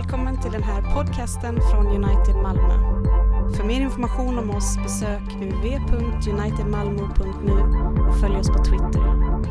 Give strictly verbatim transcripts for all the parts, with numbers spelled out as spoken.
Välkommen till den här podcasten från United Malmö. För mer information om oss besök w w w punkt united malmo punkt n u och följ oss på Twitter.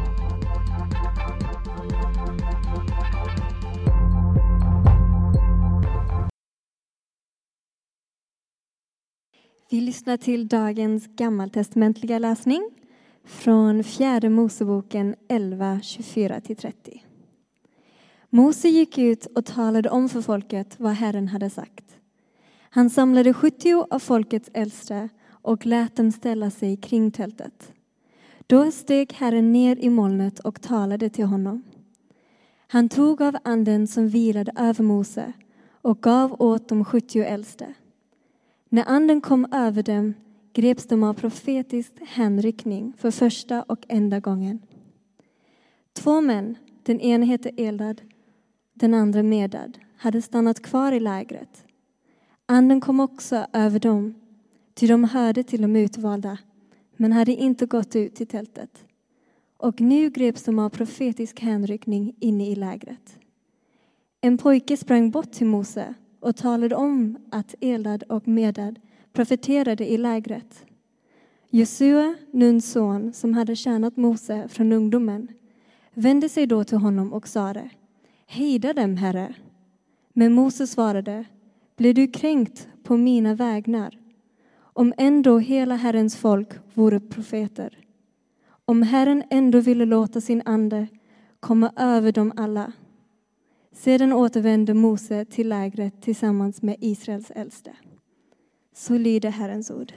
Vi lyssnar till dagens gammaltestamentliga läsning från fjärde Moseboken elva, tjugofyra till trettio. Mose gick ut och talade om för folket vad Herren hade sagt. Han samlade sjuttio av folkets äldste och lät dem ställa sig kring tältet. Då steg Herren ner i molnet och talade till honom. Han tog av anden som vilade över Mose och gav åt de sjuttio äldste. När anden kom över dem greps de av profetisk hänryckning för första och enda gången. Två män, den ena hette Eldad, den andra Medad, hade stannat kvar i lägret. Anden kom också över dem, ty de hörde till de utvalda, men hade inte gått ut till tältet. Och nu greps de av profetisk hänryckning inne i lägret. En pojke sprang bort till Mose och talade om att Eldad och Medad profeterade i lägret. Josua, Nuns son, som hade tjänat Mose från ungdomen, vände sig då till honom och sade: Hejda dem, Herre. Men Mose svarade: Blir du kränkt på mina vägnar? Om ändå hela Herrens folk vore profeter. Om Herren ändå ville låta sin ande komma över dem alla. Sedan återvände Mose till lägret tillsammans med Israels äldste. Så lyder Herrens ord.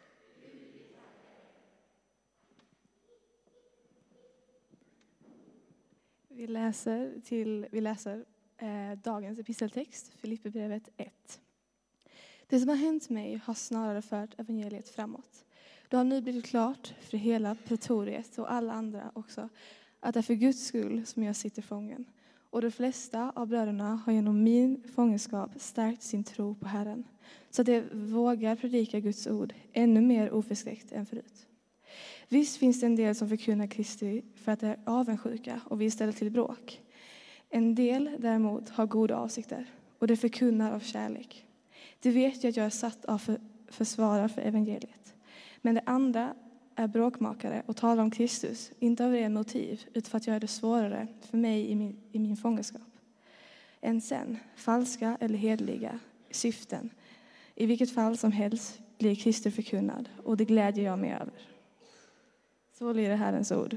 Vi läser, till, vi läser eh, dagens episteltext, Filipperbrevet ett. Det som har hänt mig har snarare fört evangeliet framåt. Det har nu blivit klart för hela pretoriet och alla andra också att det är för Guds skull som jag sitter fången. Och de flesta av bröderna har genom min fångenskap stärkt sin tro på Herren, så att de vågar predika Guds ord ännu mer oförskräckt än förut. Visst finns det en del som förkunnar Kristi för att de är avundsjuka och vill ställa till bråk. En del däremot har goda avsikter och det förkunnar av kärlek. De vet ju att jag är satt av för, försvarare för evangeliet. Men det andra är bråkmakare och talar om Kristus, inte av ren motiv, utan för att göra det svårare för mig i min, i min fångenskap. Än sen, falska eller hedliga syften. I vilket fall som helst blir Kristus förkunnad, och det glädjer jag mig över. Så lyder Herrens ord.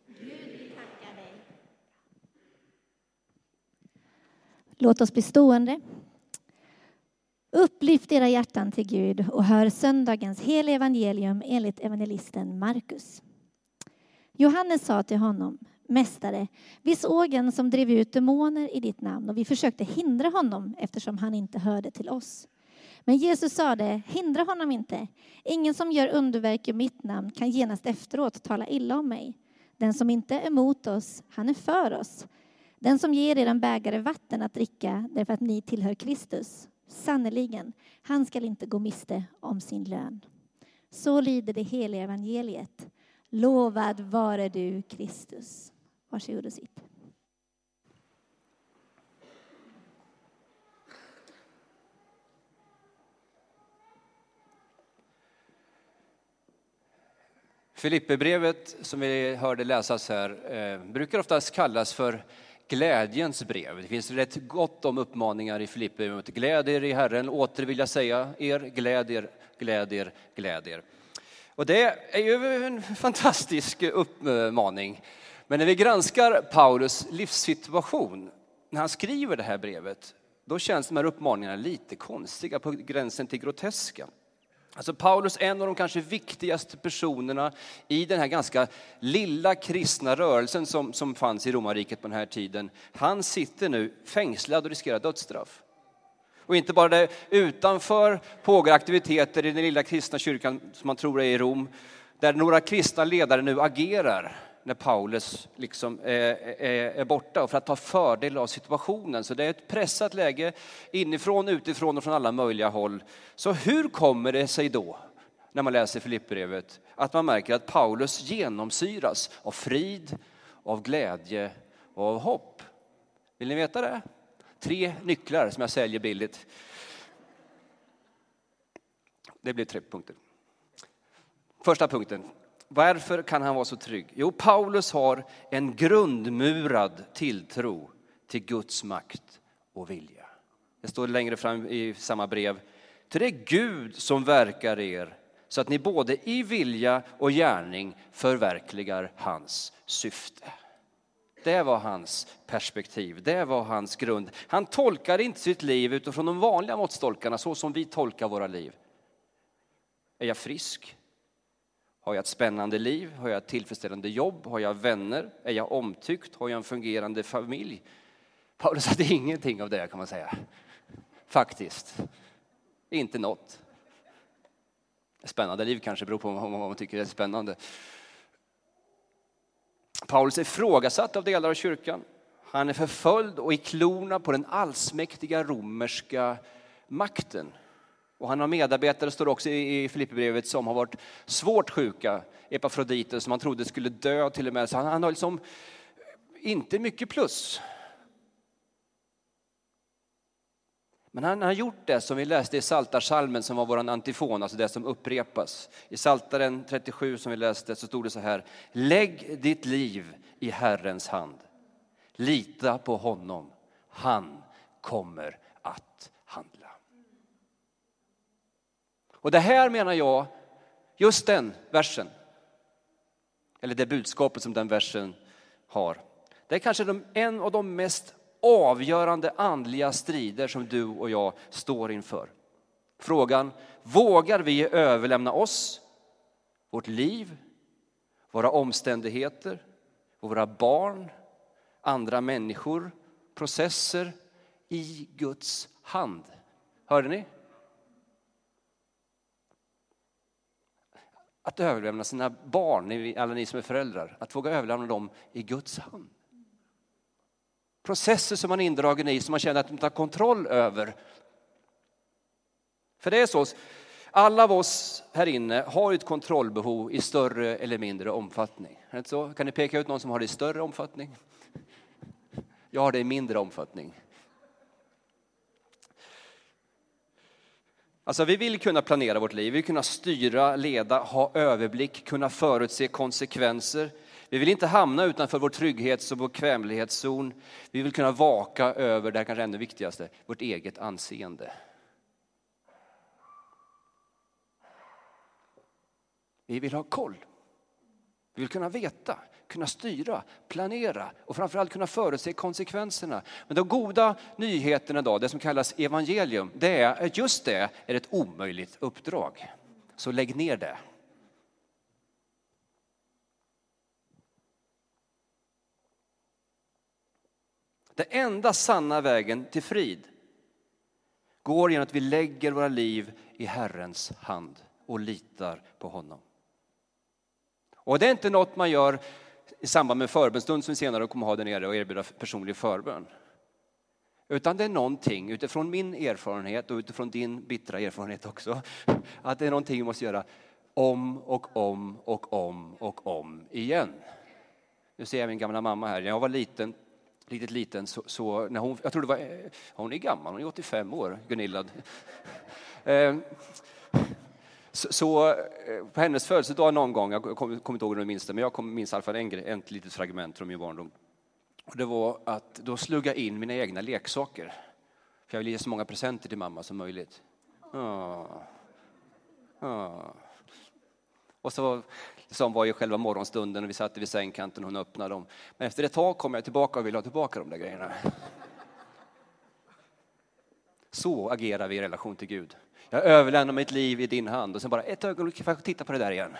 Låt oss bli stående. Upplyft era hjärtan till Gud och hör söndagens heliga evangelium enligt evangelisten Markus. Johannes sa till honom: Mästare, vi såg en som drev ut demoner i ditt namn och vi försökte hindra honom eftersom han inte hörde till oss. Men Jesus sade: hindra honom inte. Ingen som gör underverk i mitt namn kan genast efteråt tala illa om mig. Den som inte är emot oss, han är för oss. Den som ger er en bägare vatten att dricka därför att ni tillhör Kristus, sannoliken, han skall inte gå miste om sin lön. Så lyder det heliga evangeliet. Lovad vare du, Kristus. Varsågod och sitt. Filipperbrevet som vi hörde läsas här eh, brukar oftast kallas för glädjens brev. Det finns rätt gott om uppmaningar i Filipperbrevet. Gläd er i Herren, åter vill jag säga er, gläd er, gläd er, gläd er. Och det är ju en fantastisk uppmaning. Men när vi granskar Paulus livssituation, när han skriver det här brevet, då känns de här uppmaningarna lite konstiga, på gränsen till groteska. Alltså Paulus, en av de kanske viktigaste personerna i den här ganska lilla kristna rörelsen som, som fanns i romarriket på den här tiden. Han sitter nu fängslad och riskerar dödsstraff. Och inte bara det, utanför pågår aktiviteter i den lilla kristna kyrkan som man tror är i Rom. Där några kristna ledare nu agerar när Paulus liksom är, är, är borta, och för att ta fördel av situationen. Så det är ett pressat läge inifrån, utifrån och från alla möjliga håll. Så hur kommer det sig då, när man läser Filipperbrevet, att man märker att Paulus genomsyras av frid, av glädje och av hopp? Vill ni veta det? tre nycklar som jag säljer billigt. Det blir tre punkter. Första punkten. Varför kan han vara så trygg? Jo, Paulus har en grundmurad tilltro till Guds makt och vilja. Det står längre fram i samma brev. För det är Gud som verkar er så att ni både i vilja och gärning förverkligar hans syfte. Det var hans perspektiv, det var hans grund. Han tolkar inte sitt liv utifrån de vanliga måttstolkarna så som vi tolkar våra liv. Är jag frisk? Har jag ett spännande liv? Har jag ett tillfredsställande jobb? Har jag vänner? Är jag omtyckt? Har jag en fungerande familj? Paulus hade ingenting av det, kan man säga. Faktiskt. Inte något. Ett spännande liv kanske beror på vad man tycker är spännande. Paulus är ifrågasatt av delar av kyrkan. Han är förföljd och i klorna på den allsmäktiga romerska makten. Och han har medarbetare, står också i Filipperbrevet, som har varit svårt sjuka. Epafroditer som han trodde skulle dö till och med. Så han, han har liksom inte mycket plus. Men han har gjort det som vi läste i Psaltarpsalmen som var vår antifon, alltså det som upprepas. I Psaltaren trettiosju som vi läste så stod det så här. Lägg ditt liv i Herrens hand. Lita på honom. Han kommer att handla. Och det här menar jag, just den versen, eller det budskapet som den versen har. Det är kanske de, en av de mest avgörande andliga strider som du och jag står inför. Frågan, vågar vi överlämna oss, vårt liv, våra omständigheter, våra barn, andra människor, processer i Guds hand? Hörde ni? Att överlämna sina barn, alla ni som är föräldrar, att våga överlämna dem i Guds hand. Processer som man är indragen i, som man känner att man inte har kontroll över. För det är så, alla av oss här inne har ett kontrollbehov i större eller mindre omfattning. Är det inte så? Kan ni peka ut någon som har det i större omfattning? Jag har det i mindre omfattning. Alltså vi vill kunna planera vårt liv, vi vill kunna styra, leda, ha överblick, kunna förutse konsekvenser. Vi vill inte hamna utanför vår trygghets- och bekvämlighetszon. Vi vill kunna vaka över, det här kanske är ännu viktigaste, vårt eget anseende. Vi vill ha koll. Vi vill kunna veta, kunna styra, planera och framförallt kunna förutse konsekvenserna. Men de goda nyheterna idag, det som kallas evangelium, det är just det är ett omöjligt uppdrag. Så lägg ner det. Den enda sanna vägen till frid går genom att vi lägger våra liv i Herrens hand och litar på honom. Och det är inte något man gör i samband med förbönstund som vi senare kommer att ha där nere och erbjuda personlig förbön. Utan det är någonting utifrån min erfarenhet och utifrån din bittra erfarenhet också. Att det är någonting vi måste göra om och om och om och om igen. Nu ser jag min gamla mamma här. När jag var liten, riktigt liten, så, så när hon, jag tror det var, hon är gammal, hon är åttiofem år, Gunilla. Eh, så, så på hennes födelsedag någon gång, jag kommer kom inte ihåg det minsta, men jag kommer minns i alla fall en, en litet fragment från min barndom. Och det var att då slugga in mina egna leksaker. För jag ville ge så många presenter till mamma som möjligt. Ah. Ah. Och så som var ju själva morgonstunden och vi satt vid sängkanten och hon öppnade dem. Men efter ett tag kom jag tillbaka och ville ha tillbaka de där grejerna. Så agerar vi i relation till Gud. Jag överlämnar mitt liv i din hand och sen bara ett ögonblick får jag titta på det där igen.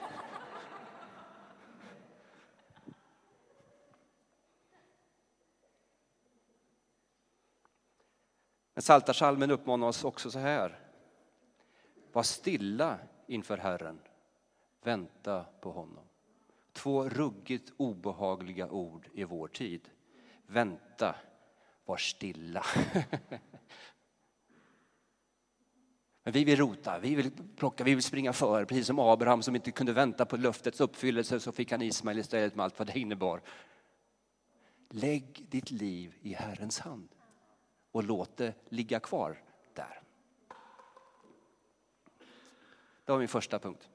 Men Psaltarpsalmen uppmanar oss också så här. Var stilla inför Herren. Vänta på honom. Två ruggigt obehagliga ord i vår tid. Vänta, var stilla. Men vi vill rota, vi vill plocka, vi vill springa för. Precis som Abraham som inte kunde vänta på löftets uppfyllelse så fick han Ismael istället med allt vad det innebar. Lägg ditt liv i Herrens hand. och låt det ligga kvar där. Det var min första punkt.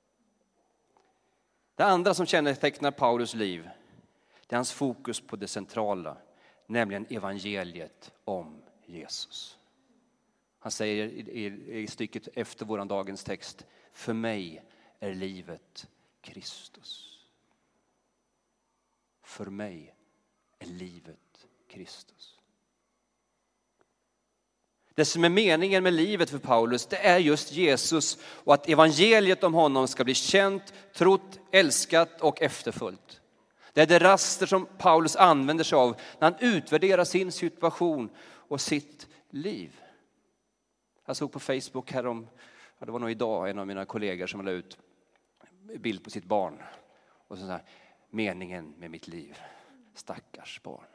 Det andra som kännetecknar Paulus liv, det är hans fokus på det centrala, nämligen evangeliet om Jesus. Han säger i, i, i stycket efter våran dagens text, för mig är livet Kristus. För mig är livet Kristus. Det som är meningen med livet för Paulus, det är just Jesus och att evangeliet om honom ska bli känt, trott, älskat och efterföljt. Det är det raster som Paulus använder sig av när han utvärderar sin situation och sitt liv. Jag såg på Facebook härom, det var nog idag, en av mina kollegor som la ut bild på sitt barn. Och så här, meningen med mitt liv, stackars barn.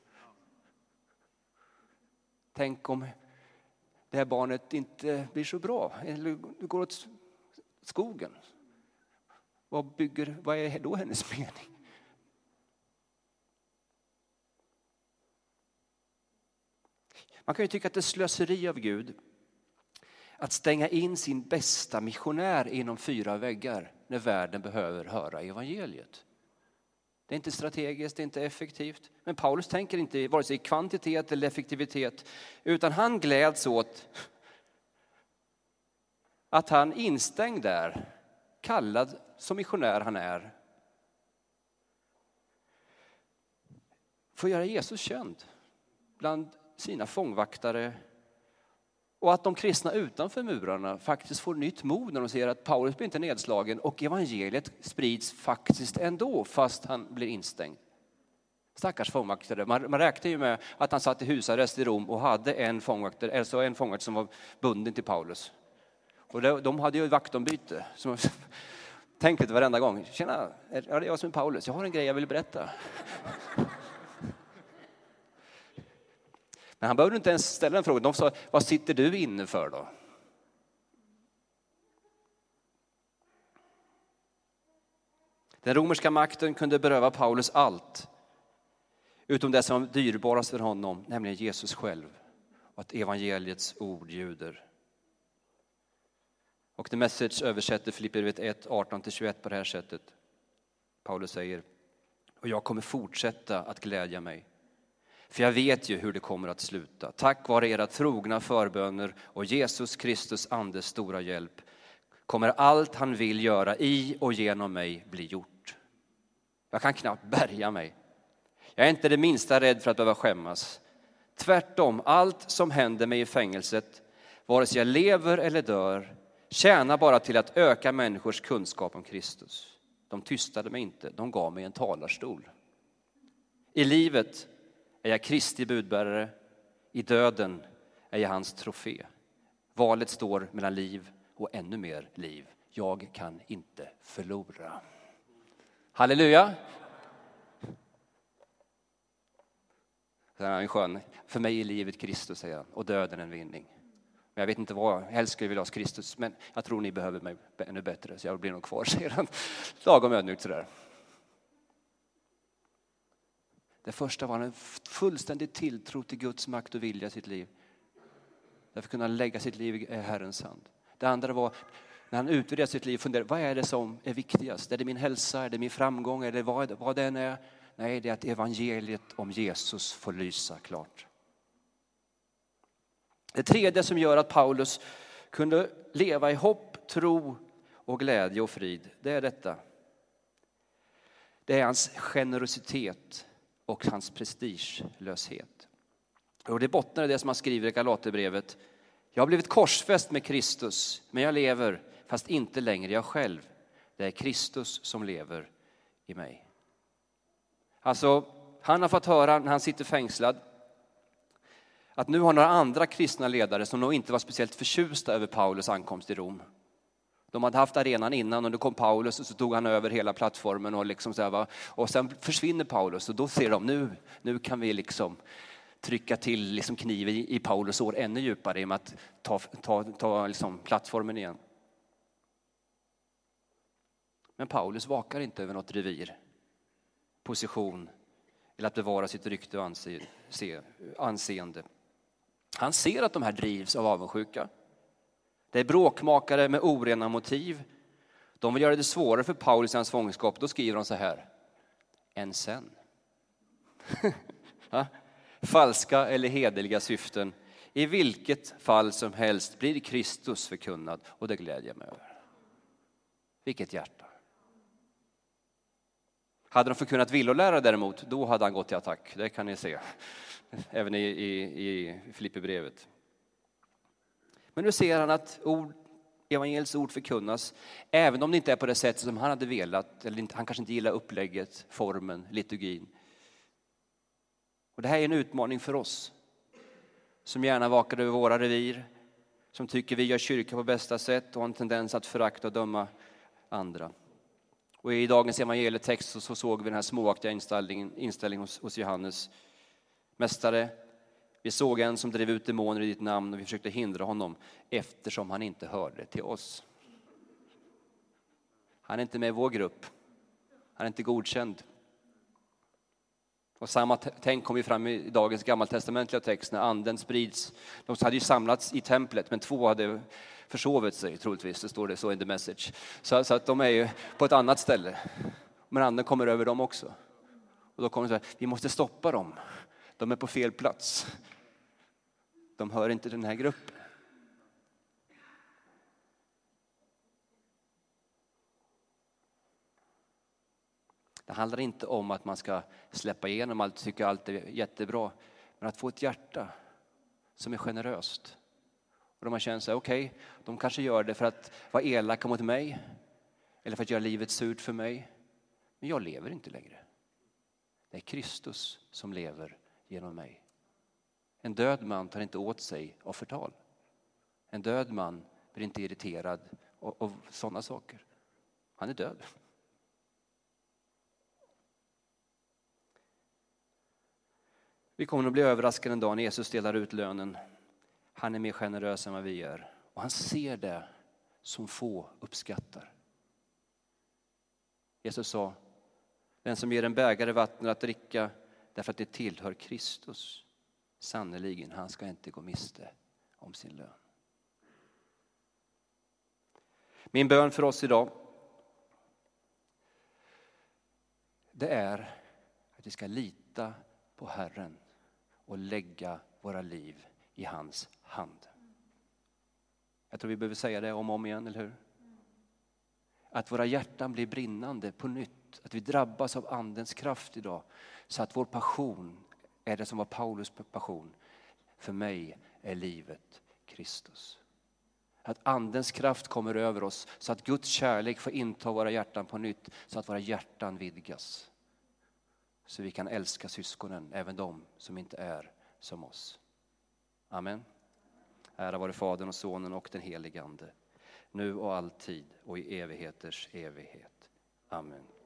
Tänk om det här barnet inte blir så bra, eller går åt skogen. Vad, bygger, vad är då hennes mening? Man kan ju tycka att det är slöseri av Gud att stänga in sin bästa missionär inom fyra väggar när världen behöver höra evangeliet. Det är inte strategiskt, det är inte effektivt. Men Paulus tänker inte vare sig i kvantitet eller effektivitet, utan han gläds åt att han instängd där, kallad som missionär han är, får göra Jesus känd bland sina fångvaktare. Och att de kristna utanför murarna faktiskt får nytt mod när de ser att Paulus blir inte nedslagen och evangeliet sprids faktiskt ändå fast han blir instängd. Stackars fångvaktare. Man, man räknar ju med att han satt i husarrest i Rom och hade en fångvaktare, alltså en fångvaktare som var bunden till Paulus. Och de, de hade ju vaktombyte. Som, tänk lite varenda gång. Tjena, är det jag som är Paulus? Jag har en grej jag vill berätta. Men han behövde inte ens ställa en fråga. De sa, vad sitter du inne för då? Den romerska makten kunde beröva Paulus allt. Utom det som var dyrbarast för honom, nämligen Jesus själv. Och att evangeliets ord ljuder. Och The Message översätter Filipperbrevet ett, arton till tjugoett på det här sättet. Paulus säger, och jag kommer fortsätta att glädja mig. För jag vet ju hur det kommer att sluta. Tack vare era trogna förböner och Jesus Kristus andes stora hjälp kommer allt han vill göra i och genom mig bli gjort. Jag kan knappt bärga mig. Jag är inte det minsta rädd för att behöva skämmas. Tvärtom, allt som händer mig i fängelset, vare sig jag lever eller dör, tjänar bara till att öka människors kunskap om Kristus. De tystade mig inte, de gav mig en talarstol. I livet är jag Kristi budbärare, i döden är jag hans trofé. Valet står mellan liv och ännu mer liv. Jag kan inte förlora. Halleluja! Det är en skön. För mig är livet Kristus, säger han, och döden en vinning. Men jag vet inte vad, helst skulle jag vilja ha Kristus, men jag tror ni behöver mig ännu bättre, så jag blir nog kvar, säger han. Lagom ödmjukt sådär. Det första var en fullständig tilltro till Guds makt och vilja i sitt liv. Därför kunde han lägga sitt liv i Herrens hand. Det andra var när han utvärderade sitt liv, funderade, vad är det som är viktigast? Är det min hälsa? Är det min framgång? Är det vad, vad den är? Nej, det är att evangeliet om Jesus får lysa klart. Det tredje som gör att Paulus kunde leva i hopp, tro och glädje och frid, det är detta. Det är hans generositet och hans prestigelöshet. Och det bottnar i det som han skriver i Galaterbrevet. Jag har blivit korsfäst med Kristus, men jag lever fast inte längre jag själv. Det är Kristus som lever i mig. Alltså, han har fått höra när han sitter fängslad att nu har några andra kristna ledare som nog inte var speciellt förtjusta över Paulus ankomst i Rom. De hade haft arenan innan och då kom Paulus och så tog han över hela plattformen och liksom så här, va? Och sen försvinner Paulus och då ser de nu, nu kan vi liksom trycka till liksom kniven i Paulus år ännu djupare i och med att ta, ta, ta liksom plattformen igen. Men Paulus vakar inte över något revir, position eller att bevara sitt rykte och anseende. Han ser att de här drivs av avundsjuka. Det är bråkmakare med orena motiv. De vill göra det svårare för Paulus i hans fångenskap. Då skriver de så här: än sen. Ja? Falska eller hederliga syften. I vilket fall som helst blir Kristus förkunnad, och det glädjer jag mig över. Vilket hjärta. Hade de förkunnat villolära däremot, då hade han gått till attack. Det kan ni se. Även i, i, i Filipperbrevet. Men nu ser han att ord, evangeliets ord förkunnas, även om det inte är på det sättet som han hade velat. Eller inte, han kanske inte gillar upplägget, formen, liturgin. Och det här är en utmaning för oss. Som gärna vakar över våra revir. Som tycker vi gör kyrka på bästa sätt och har en tendens att förakta och döma andra. Och i dagens evangelietext så, så såg vi den här småaktiga inställningen, inställningen hos, hos Johannes. Mästare, vi såg en som drev ut demoner i ditt namn och vi försökte hindra honom eftersom han inte hörde till oss. Han är inte med i vår grupp. Han är inte godkänd. Och samma tänk kom ju fram i dagens gammaltestamentliga text när anden sprids. De hade ju samlats i templet, men två hade försovit sig troligtvis. Det står det så i The Message. Så, så att de är ju på ett annat ställe. Men anden kommer över dem också. Och då kommer det så här: vi måste stoppa dem. De är på fel plats. De hör inte den här gruppen. Det handlar inte om att man ska släppa igenom allt, tycka allt är jättebra. Men att få ett hjärta som är generöst. Och de man känner sig, okej, okay, de kanske gör det för att vara elaka mot mig. Eller för att göra livet surt för mig. Men jag lever inte längre. Det är Kristus som lever genom mig. En död man tar inte åt sig av förtal. En död man blir inte irriterad av sådana saker. Han är död. Vi kommer att bli överraskade en dag när Jesus delar ut lönen. Han är mer generös än vad vi är. Och han ser det som få uppskattar. Jesus sa: den som ger en bägare vatten att dricka därför att det tillhör Kristus, sannoliken, han ska inte gå miste om sin lön. Min bön för oss idag, det är att vi ska lita på Herren och lägga våra liv i hans hand. Jag tror vi behöver säga det om och om igen, eller hur? Att våra hjärtan blir brinnande på nytt. Att vi drabbas av andens kraft idag. Så att vår passion är det som var Paulus passion. För mig är livet Kristus. Att andens kraft kommer över oss. Så att Guds kärlek får inta våra hjärtan på nytt. Så att våra hjärtan vidgas. Så vi kan älska syskonen, även de som inte är som oss. Amen. Ära vare Fadern och Sonen och den helige Ande. Nu och alltid och i evigheters evighet. Amen.